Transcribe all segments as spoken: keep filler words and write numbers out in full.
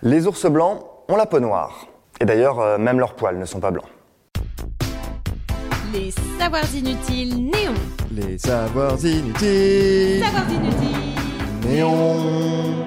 Les ours blancs ont la peau noire. Et d'ailleurs, euh, même leurs poils ne sont pas blancs. Les savoirs inutiles néons. Les savoirs inutiles. Savoirs inutiles Néons.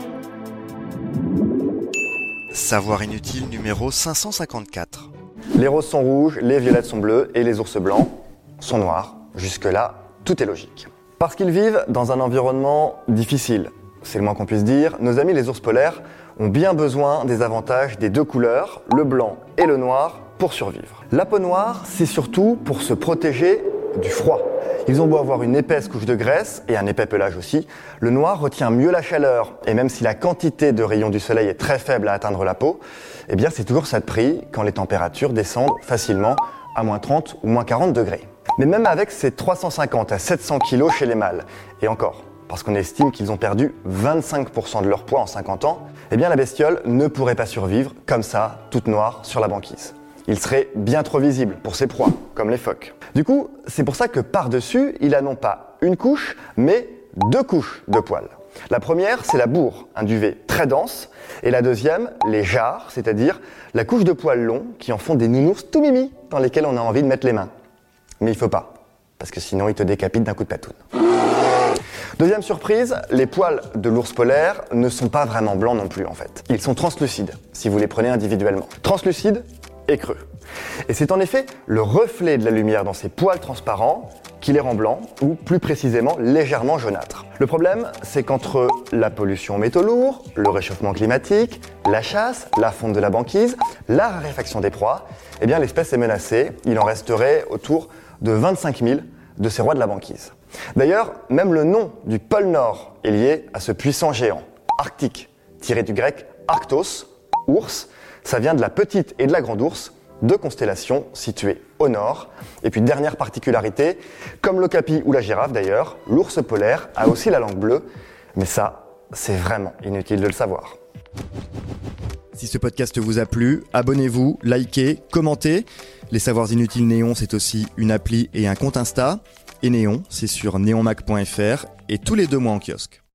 Savoir inutile numéro cinq cent cinquante-quatre. Les roses sont rouges, les violettes sont bleues et les ours blancs sont noirs. Jusque-là, tout est logique. Parce qu'ils vivent dans un environnement difficile, c'est le moins qu'on puisse dire, nos amis les ours polaires ont bien besoin des avantages des deux couleurs, le blanc et le noir, pour survivre. La peau noire, c'est surtout pour se protéger du froid. Ils ont beau avoir une épaisse couche de graisse et un épais pelage aussi, le noir retient mieux la chaleur. Et même si la quantité de rayons du soleil est très faible à atteindre la peau, eh bien c'est toujours ça de prix quand les températures descendent facilement à moins trente ou moins quarante degrés. Mais même avec ces trois cent cinquante à sept cents kilos chez les mâles, et encore, parce qu'on estime qu'ils ont perdu vingt-cinq pour cent de leur poids en cinquante ans, eh bien la bestiole ne pourrait pas survivre comme ça, toute noire, sur la banquise. Il serait bien trop visible pour ses proies, comme les phoques. Du coup, c'est pour ça que par-dessus, il a non pas une couche, mais deux couches de poils. La première, c'est la bourre, un duvet très dense, et la deuxième, les jarres, c'est-à-dire la couche de poils longs qui en font des nounours tout mimi, dans lesquels on a envie de mettre les mains. Mais il faut pas, parce que sinon il te décapite d'un coup de patoune. Deuxième surprise, les poils de l'ours polaire ne sont pas vraiment blancs non plus en fait. Ils sont translucides, si vous les prenez individuellement. Translucides et creux. Et c'est en effet le reflet de la lumière dans ces poils transparents qui les rend blancs, ou plus précisément légèrement jaunâtres. Le problème, c'est qu'entre la pollution aux métaux lourds, le réchauffement climatique, la chasse, la fonte de la banquise, la raréfaction des proies, eh bien l'espèce est menacée. Il en resterait autour de vingt-cinq mille de ces rois de la banquise. D'ailleurs, même le nom du pôle Nord est lié à ce puissant géant, arctique, tiré du grec arctos, ours. Ça vient de la petite et de la grande ours, deux constellations situées au nord. Et puis dernière particularité, comme l'okapi ou la girafe d'ailleurs, l'ours polaire a aussi la langue bleue, mais ça, c'est vraiment inutile de le savoir. Si ce podcast vous a plu, abonnez-vous, likez, commentez. Les Savoirs Inutiles Néon, c'est aussi une appli et un compte Insta. Et Néon, c'est sur néonmac point f r et tous les deux mois en kiosque.